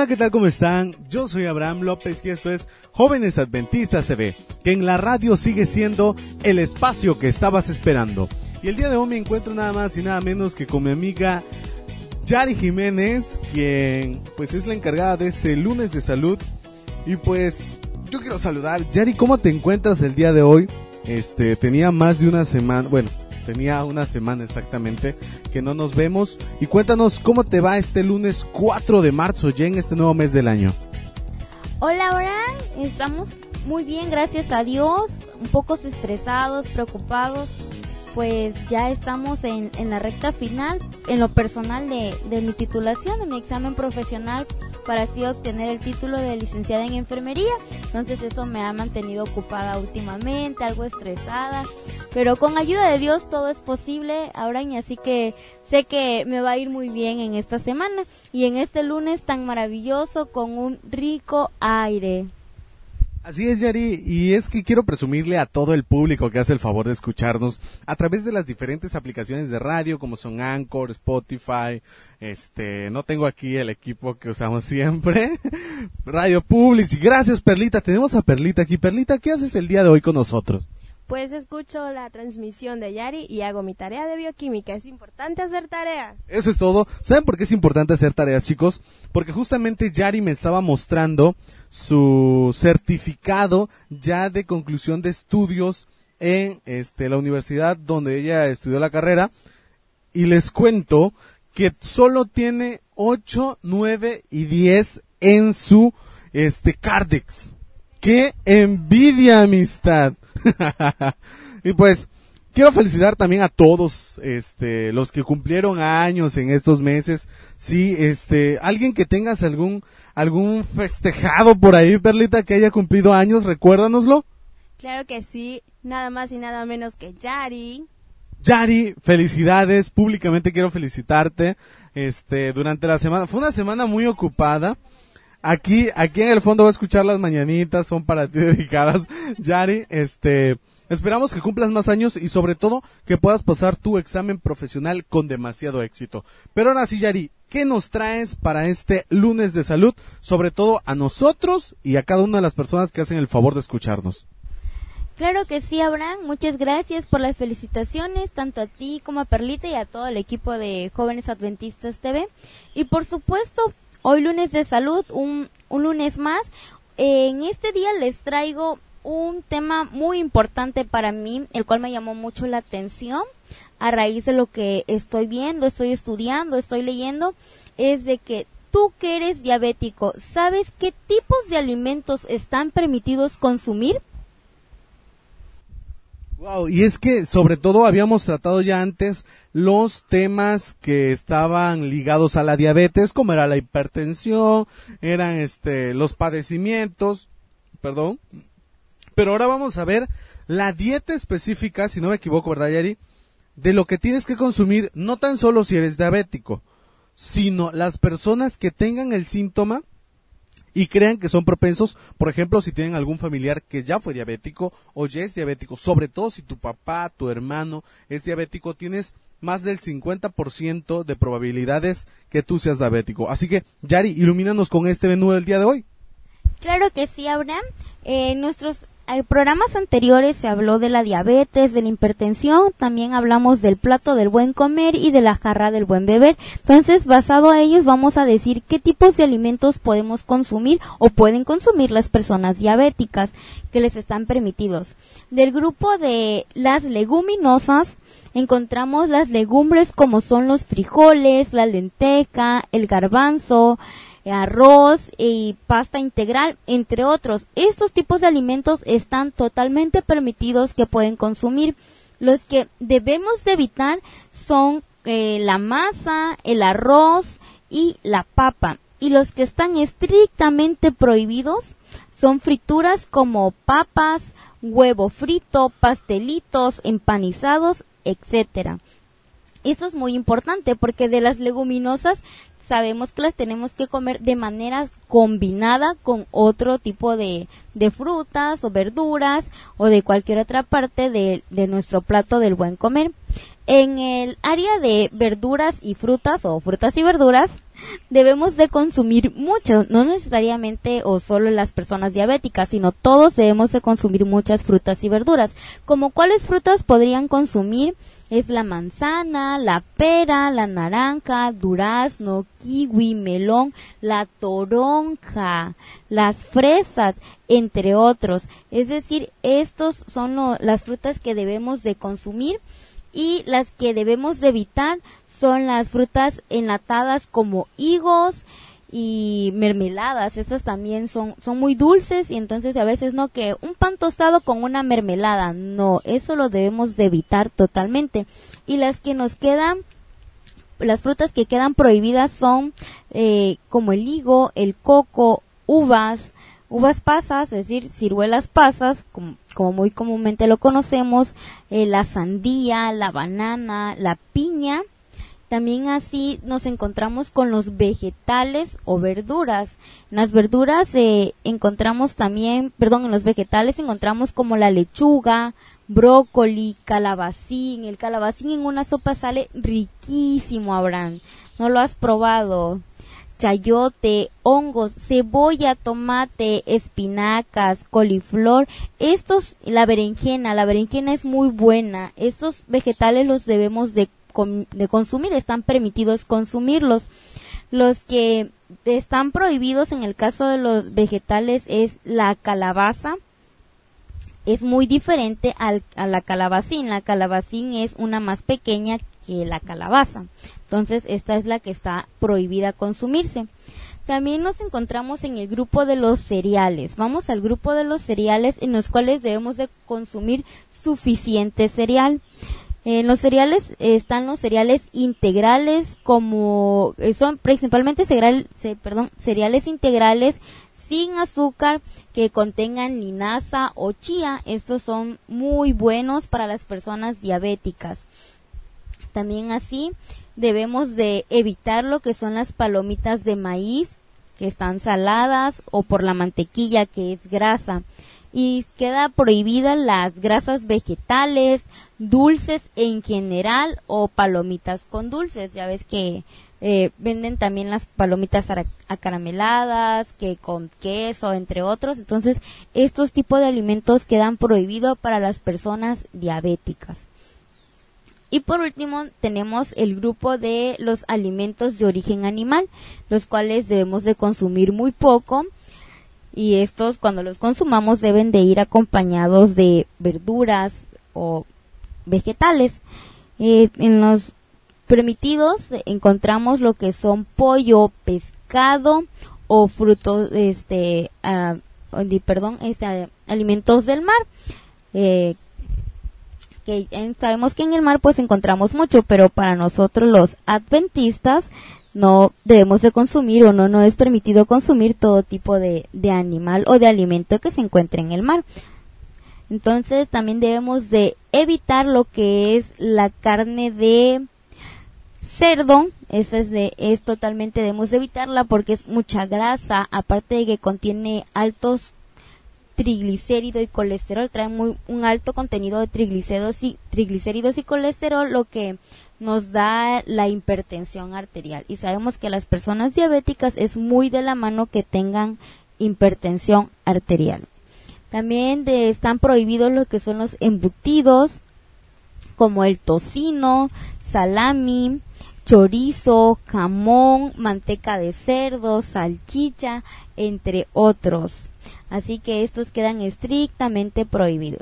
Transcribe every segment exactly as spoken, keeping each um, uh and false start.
¿qué tal? ¿Cómo están? Yo soy Abraham López y esto es Jóvenes Adventistas T V, que en la radio sigue siendo el espacio que estabas esperando. Y el día de hoy me encuentro nada más y nada menos que con mi amiga Yari Jiménez, quien pues es la encargada de este lunes de salud. Y pues yo quiero saludar. Yari, ¿cómo te encuentras el día de hoy? Este, tenía más de una semana, bueno, tenía una semana exactamente que no nos vemos. Y cuéntanos cómo te va este lunes cuatro de marzo, ya en este nuevo mes del año. Hola, Abraham, estamos muy bien, gracias a Dios, un poco estresados, preocupados, pues ya estamos en, en la recta final, en lo personal de, de mi titulación, de mi examen profesional, para así obtener el título de licenciada en enfermería. Entonces eso me ha mantenido ocupada últimamente, algo estresada, pero con ayuda de Dios todo es posible, Abraham, y así que sé que me va a ir muy bien en esta semana y en este lunes tan maravilloso con un rico aire. Así es, Yari, y es que quiero presumirle a todo el público que hace el favor de escucharnos a través de las diferentes aplicaciones de radio como son Anchor, Spotify, este, no tengo aquí el equipo que usamos siempre, Radio Public. Gracias, Perlita, tenemos a Perlita aquí. Perlita, ¿qué haces el día de hoy con nosotros? Pues escucho la transmisión de Yari y hago mi tarea de bioquímica. Es importante hacer tarea. Eso es todo. ¿Saben por qué es importante hacer tareas, chicos? Porque justamente Yari me estaba mostrando su certificado ya de conclusión de estudios en este la universidad donde ella estudió la carrera. Y les cuento que solo tiene ocho, nueve y diez en su este Cardex. ¡Qué envidia, amistad! Y pues quiero felicitar también a todos este los que cumplieron años en estos meses. Sí, este, alguien que tengas algún algún festejado por ahí, Perlita, que haya cumplido años, recuérdanoslo. Claro que sí, nada más y nada menos que Yari. Yari, felicidades, públicamente quiero felicitarte. Este, durante la semana, fue una semana muy ocupada. Aquí, aquí en el fondo va a escuchar las mañanitas, son para ti dedicadas, Yari. Este, esperamos que cumplas más años y sobre todo que puedas pasar tu examen profesional con demasiado éxito. Pero ahora sí, Yari, ¿qué nos traes para este lunes de salud? Sobre todo a nosotros y a cada una de las personas que hacen el favor de escucharnos. Claro que sí, Abraham, muchas gracias por las felicitaciones, tanto a ti como a Perlita y a todo el equipo de Jóvenes Adventistas T V. Y por supuesto, hoy lunes de salud, un, un lunes más. En este día les traigo un tema muy importante para mí, el cual me llamó mucho la atención a raíz de lo que estoy viendo, estoy estudiando, estoy leyendo, es de que tú que eres diabético, ¿sabes qué tipos de alimentos están permitidos consumir? Wow, y es que sobre todo habíamos tratado ya antes los temas que estaban ligados a la diabetes, como era la hipertensión, eran este los padecimientos, perdón, pero ahora vamos a ver la dieta específica, si no me equivoco, ¿verdad, Yari? De lo que tienes que consumir, no tan solo si eres diabético, sino las personas que tengan el síntoma y crean que son propensos, por ejemplo, si tienen algún familiar que ya fue diabético o ya es diabético, sobre todo si tu papá, tu hermano es diabético, tienes más del cincuenta por ciento de probabilidades que tú seas diabético. Así que, Yari, ilumínanos con este menú del día de hoy. Claro que sí, Abraham. Eh, nuestros En programas anteriores se habló de la diabetes, de la hipertensión, también hablamos del plato del buen comer y de la jarra del buen beber. Entonces, basado a ellos, vamos a decir qué tipos de alimentos podemos consumir o pueden consumir las personas diabéticas que les están permitidos. Del grupo de las leguminosas, encontramos las legumbres como son los frijoles, la lenteja, el garbanzo, arroz y pasta integral, entre otros. Estos tipos de alimentos están totalmente permitidos que pueden consumir. Los que debemos de evitar son eh, la masa, el arroz y la papa. Y los que están estrictamente prohibidos son frituras como papas, huevo frito, pastelitos, empanizados, etcétera. Esto es muy importante porque de las leguminosas sabemos que las tenemos que comer de manera combinada con otro tipo de, de frutas o verduras o de cualquier otra parte de, de nuestro plato del buen comer. En el área de verduras y frutas o frutas y verduras, debemos de consumir mucho, no necesariamente o solo las personas diabéticas, sino todos debemos de consumir muchas frutas y verduras. ¿Como cuáles frutas podrían consumir? Es la manzana, la pera, la naranja, durazno, kiwi, melón, la toronja, las fresas, entre otros. Es decir, estos son lo, las frutas que debemos de consumir, y las que debemos de evitar son las frutas enlatadas como higos y mermeladas. Estas también son son muy dulces, y entonces a veces no, que un pan tostado con una mermelada, no, eso lo debemos de evitar totalmente. Y las que nos quedan, las frutas que quedan prohibidas son eh, como el higo, el coco, uvas, uvas pasas, es decir, ciruelas pasas, como, como muy comúnmente lo conocemos, eh, la sandía, la banana, la piña. También así nos encontramos con los vegetales o verduras. En las verduras eh, encontramos también, perdón, en los vegetales encontramos como la lechuga, brócoli, calabacín. El calabacín en una sopa sale riquísimo, Abraham. ¿No lo has probado? Chayote, hongos, cebolla, tomate, espinacas, coliflor. Estos, la berenjena, la berenjena es muy buena. Estos vegetales los debemos de de consumir, están permitidos consumirlos. Los que están prohibidos en el caso de los vegetales es la calabaza. Es muy diferente al, a la calabacín. La calabacín es una más pequeña que la calabaza. Entonces, esta es la que está prohibida consumirse. También nos encontramos en el grupo de los cereales. Vamos al grupo de los cereales, en los cuales debemos de consumir suficiente cereal. En los cereales eh, están los cereales integrales, como eh, son principalmente cereal, ce, perdón, cereales integrales sin azúcar, que contengan linaza o chía. Estos son muy buenos para las personas diabéticas. También así debemos de evitar lo que son las palomitas de maíz, que están saladas, o por la mantequilla, que es grasa. Y queda prohibida las grasas vegetales, dulces en general, o palomitas con dulces. Ya ves que eh, venden también las palomitas acarameladas, que con queso, entre otros. Entonces, estos tipos de alimentos quedan prohibidos para las personas diabéticas. Y por último tenemos el grupo de los alimentos de origen animal, los cuales debemos de consumir muy poco. Y estos, cuando los consumamos, deben de ir acompañados de verduras o vegetales. Eh, en los permitidos encontramos lo que son pollo, pescado o frutos, este, uh, perdón, este, alimentos del mar. Eh, que eh, sabemos que en el mar pues encontramos mucho, pero para nosotros los adventistas no debemos de consumir, o no, no es permitido consumir todo tipo de, de animal o de alimento que se encuentre en el mar. Entonces también debemos de evitar lo que es la carne de cerdo. Esa es de, es totalmente debemos de evitarla porque es mucha grasa, aparte de que contiene altos triglicéridos y colesterol, trae muy, un alto contenido de triglicéridos y, triglicéridos y colesterol, lo que nos da la hipertensión arterial. Y sabemos que las personas diabéticas es muy de la mano que tengan hipertensión arterial. También de, están prohibidos lo que son los embutidos, como el tocino, salami, chorizo, jamón, manteca de cerdo, salchicha, entre otros. Así que estos quedan estrictamente prohibidos.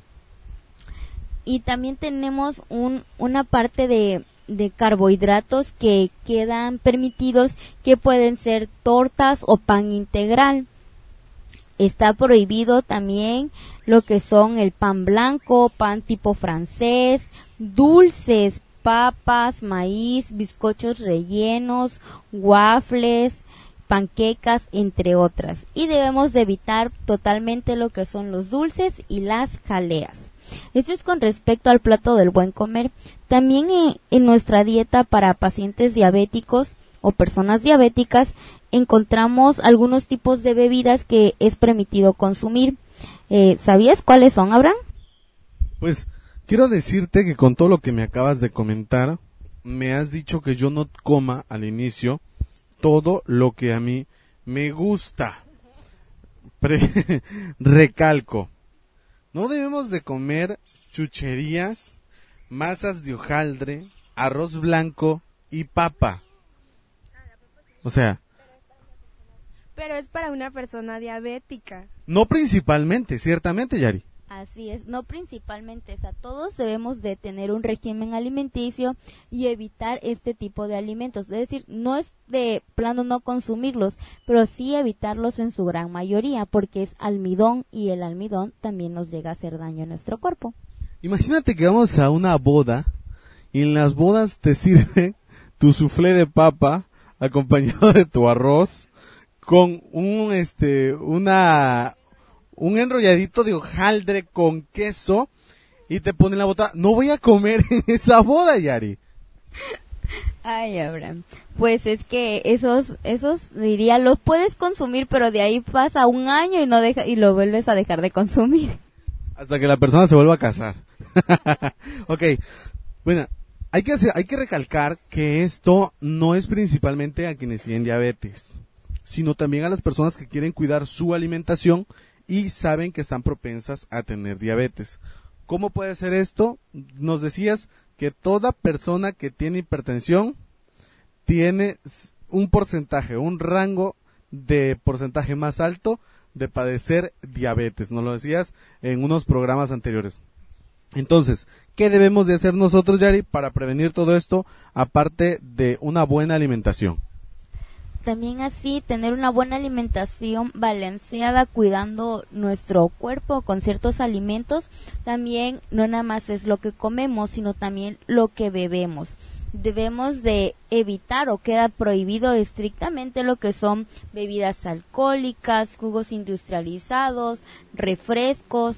Y también tenemos un, una parte de, de carbohidratos que quedan permitidos, que pueden ser tortas o pan integral. Está prohibido también lo que son el pan blanco, pan tipo francés, dulces, papas, maíz, bizcochos rellenos, waffles, panquecas, entre otras. Y debemos de evitar totalmente lo que son los dulces y las jaleas. Esto es con respecto al plato del buen comer. También en, en nuestra dieta para pacientes diabéticos o personas diabéticas encontramos algunos tipos de bebidas que es permitido consumir. Eh, ¿Sabías cuáles son, Abraham? Pues quiero decirte que con todo lo que me acabas de comentar, me has dicho que yo no coma al inicio todo lo que a mí me gusta. Pre- recalco, no debemos de comer chucherías, masas de hojaldre, arroz blanco y papa. O sea, Pero es para una persona diabética. no principalmente, ciertamente, Yari. Así es, no principalmente, o sea, todos debemos de tener un régimen alimenticio y evitar este tipo de alimentos, es decir, no es de plano no consumirlos, pero sí evitarlos en su gran mayoría, porque es almidón y el almidón también nos llega a hacer daño a nuestro cuerpo. Imagínate que vamos a una boda y en las bodas te sirven tu soufflé de papa acompañado de tu arroz con un este una un enrolladito de hojaldre con queso y te ponen la bota. No voy a comer en esa boda, Yari. Ay, Abraham, pues es que esos, esos diría, los puedes consumir, pero de ahí pasa un año y no deja, y lo vuelves a dejar de consumir. Hasta que la persona se vuelva a casar. Ok, bueno, hay que hacer, hay que recalcar que esto no es principalmente a quienes tienen diabetes, sino también a las personas que quieren cuidar su alimentación y saben que están propensas a tener diabetes. ¿Cómo puede ser esto? Nos decías que toda persona que tiene hipertensión tiene un porcentaje, un rango de porcentaje más alto de padecer diabetes. Nos lo decías en unos programas anteriores. Entonces, ¿qué debemos de hacer nosotros, Yari, para prevenir todo esto, aparte de una buena alimentación? También así tener una buena alimentación balanceada, cuidando nuestro cuerpo con ciertos alimentos. También no nada más es lo que comemos, sino también lo que bebemos. Debemos de evitar o queda prohibido estrictamente lo que son bebidas alcohólicas, jugos industrializados, refrescos,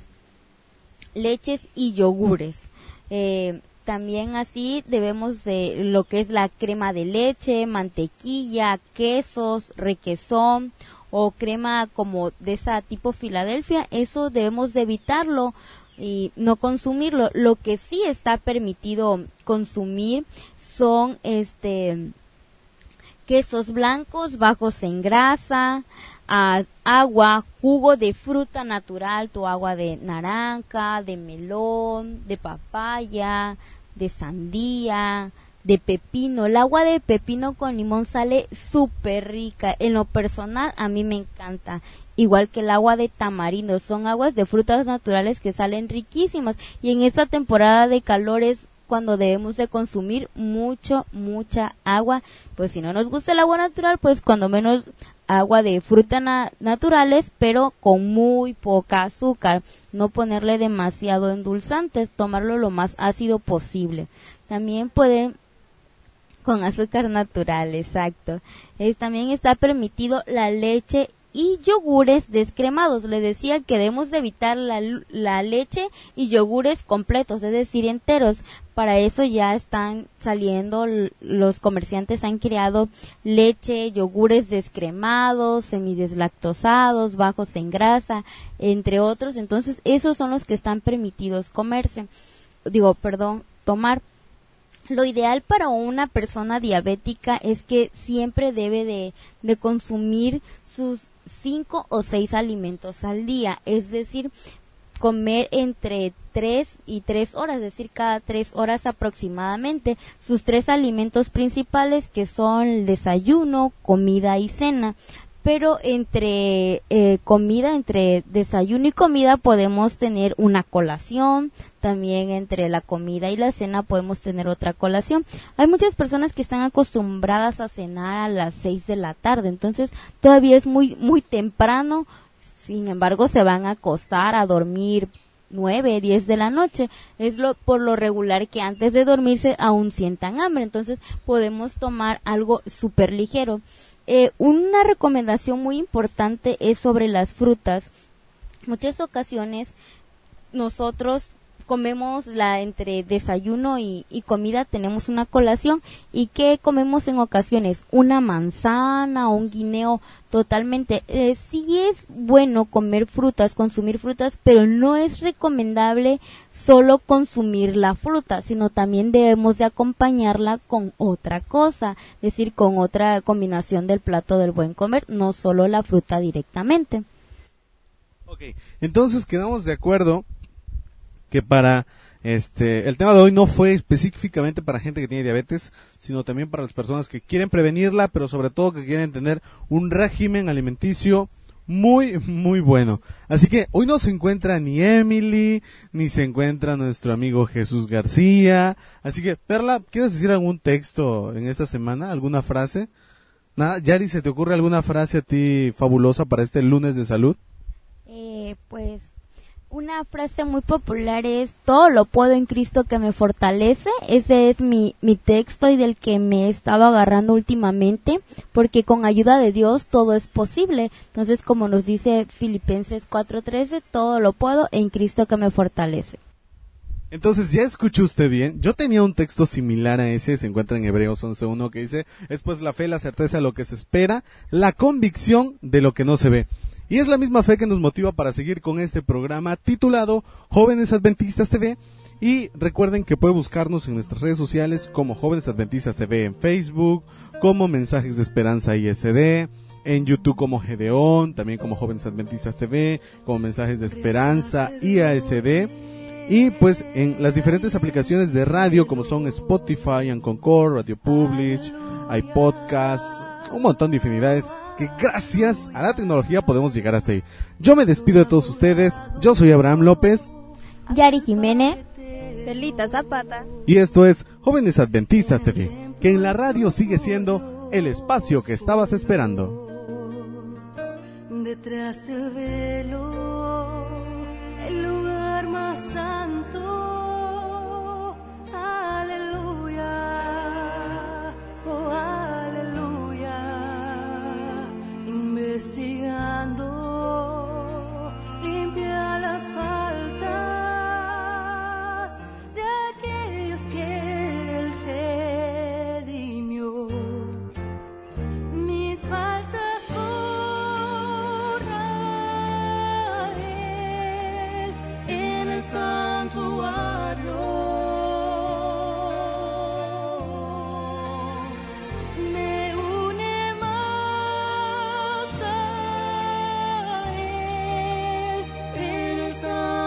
leches y yogures. Eh, También así debemos de lo que es la crema de leche, mantequilla, quesos, requesón o crema como de esa tipo Filadelfia. Eso debemos de evitarlo y no consumirlo. Lo que sí está permitido consumir son este quesos blancos bajos en grasa, a agua, jugo de fruta natural, tu agua de naranja, de melón, de papaya, de sandía, de pepino. El agua de pepino con limón sale súper rica. En lo personal, a mí me encanta. Igual que el agua de tamarindo. Son aguas de frutas naturales que salen riquísimas. Y en esta temporada de calor es cuando debemos de consumir mucho, mucha agua. Pues si no nos gusta el agua natural, pues cuando menos agua de frutas na- naturales, pero con muy poca azúcar. No ponerle demasiado endulzantes, tomarlo lo más ácido posible. También pueden con azúcar natural, exacto. Es, también está permitido la leche y yogures descremados. Les decía que debemos de evitar la, la leche y yogures completos, es decir, enteros. Para eso ya están saliendo, los comerciantes han creado leche, yogures descremados, semideslactosados, bajos en grasa, entre otros. Entonces, esos son los que están permitidos comerse. Digo, perdón, tomar. Lo ideal para una persona diabética es que siempre debe de, de consumir sus cinco o seis alimentos al día, es decir, comer entre tres y tres horas, es decir, cada tres horas aproximadamente, sus tres alimentos principales que son el desayuno, comida y cena. Pero entre eh, comida, entre desayuno y comida podemos tener una colación, también entre la comida y la cena podemos tener otra colación. Hay muchas personas que están acostumbradas a cenar a las seis de la tarde, entonces todavía es muy muy temprano, sin embargo se van a acostar a dormir nueve, diez de la noche. Es lo por lo regular que antes de dormirse aún sientan hambre, entonces podemos tomar algo súper ligero. Eh, una recomendación muy importante es sobre las frutas. Muchas ocasiones nosotros comemos la entre desayuno y, y comida, tenemos una colación. ¿Y qué comemos en ocasiones? Una manzana o un guineo. Totalmente, eh, sí es bueno comer frutas, consumir frutas, pero no es recomendable solo consumir la fruta, sino también debemos de acompañarla con otra cosa, es decir, con otra combinación del plato del buen comer, no solo la fruta directamente. Ok, entonces quedamos de acuerdo que para este el tema de hoy no fue específicamente para gente que tiene diabetes, sino también para las personas que quieren prevenirla, pero sobre todo que quieren tener un régimen alimenticio muy, muy bueno. Así que hoy no se encuentra ni Emily, ni se encuentra nuestro amigo Jesús García. Así que, Perla, ¿quieres decir algún texto en esta semana? ¿Alguna frase? Nada, Yari, ¿se te ocurre alguna frase a ti fabulosa para este lunes de salud? Eh, pues... Una frase muy popular es: todo lo puedo en Cristo que me fortalece. Ese es mi, mi texto y del que me he estado agarrando últimamente, porque con ayuda de Dios todo es posible. Entonces, como nos dice Filipenses cuatro trece, todo lo puedo en Cristo que me fortalece. Entonces, ya escuchó usted bien, yo tenía un texto similar a ese, se encuentra en Hebreos once uno, que dice: es pues la fe, la certeza de lo que se espera, la convicción de lo que no se ve. Y es la misma fe que nos motiva para seguir con este programa titulado Jóvenes Adventistas T V. Y recuerden que puede buscarnos en nuestras redes sociales como Jóvenes Adventistas T V en Facebook, como Mensajes de Esperanza I S D, en YouTube como Gedeón, también como Jóvenes Adventistas T V, como Mensajes de Esperanza I A S D. Y pues en las diferentes aplicaciones de radio como son Spotify, Anchor, Radio Public, iPodcast, un montón de infinidades que gracias a la tecnología podemos llegar hasta ahí. Yo me despido de todos ustedes, yo soy Abraham López, Yari Jiménez, Perlita Zapata, y esto es Jóvenes Adventistas T V, que en la radio sigue siendo el espacio que estabas esperando. Detrás del velo, el lugar más santo, aleluya, oh aleluya, investigando, limpia las faltas de aquellos que él redimió, mis faltas. Santuario me une más a él en el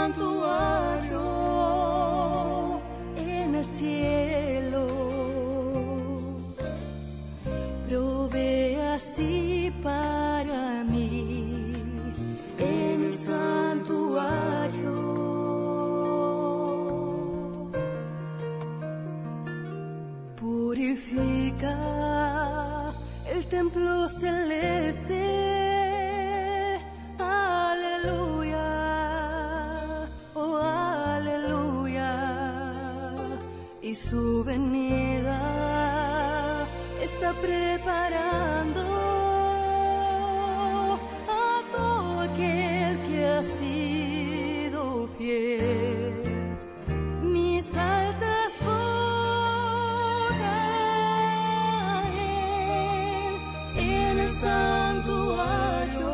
santuario en el cielo, provee así para mí en el santuario. Purifica el templo celeste, aleluya, oh aleluya, y su venida está preparando a todo aquel que ha sido fiel. Mis faltas santuario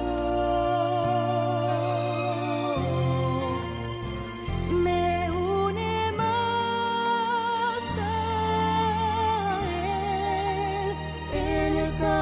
me une más a él en el santuario.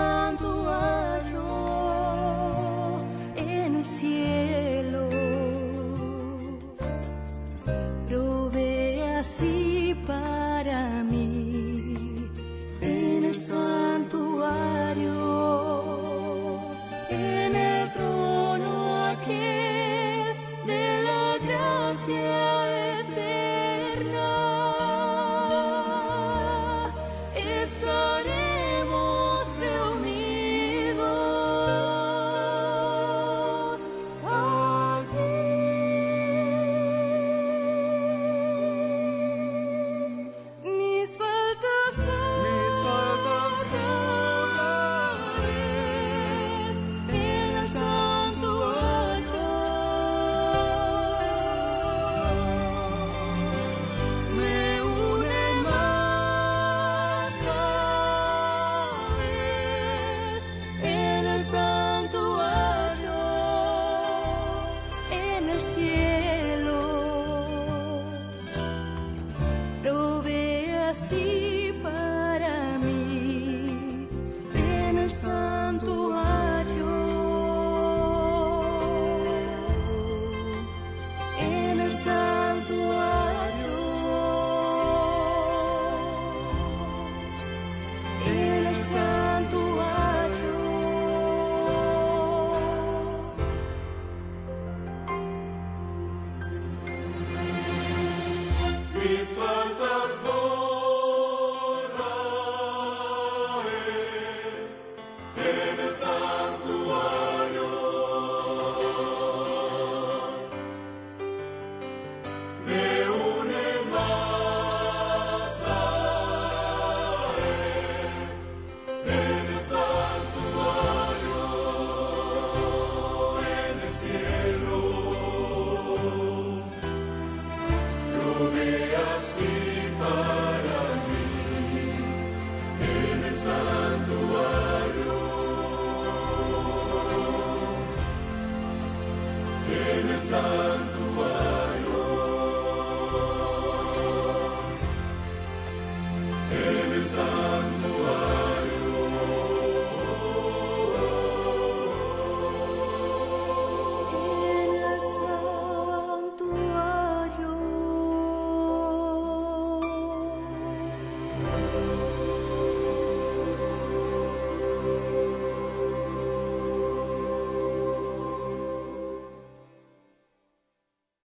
mis